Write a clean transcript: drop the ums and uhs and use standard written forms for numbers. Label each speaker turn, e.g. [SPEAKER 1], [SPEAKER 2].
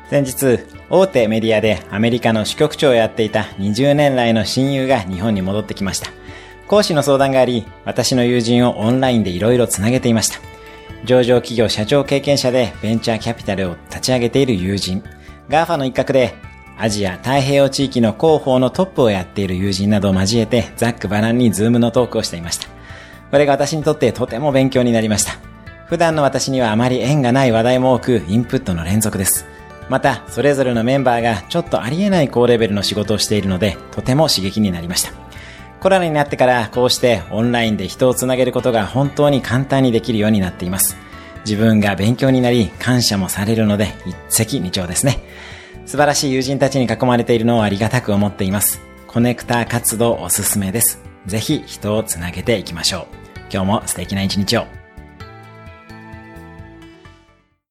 [SPEAKER 1] 先日、大手メディアでアメリカの支局長をやっていた20年来の親友が日本に戻ってきました。講師の相談があり、私の友人をオンラインでいろいろつなげていました。上場企業社長経験者でベンチャーキャピタルを立ち上げている友人、GAFA の一角でアジア太平洋地域の広報のトップをやっている友人などを交えてざっくばらんにズームのトークをしていました。これが私にとってとても勉強になりました。普段の私にはあまり縁がない話題も多くインプットの連続です。また、それぞれのメンバーがちょっとありえない高レベルの仕事をしているので、とても刺激になりました。コロナになってからこうしてオンラインで人をつなげることが本当に簡単にできるようになっています。自分が勉強になり感謝もされるので一石二鳥ですね。素晴らしい友人たちに囲まれているのをありがたく思っています。コネクター活動おすすめです。ぜひ人をつなげていきましょう。今日も素敵な一日を。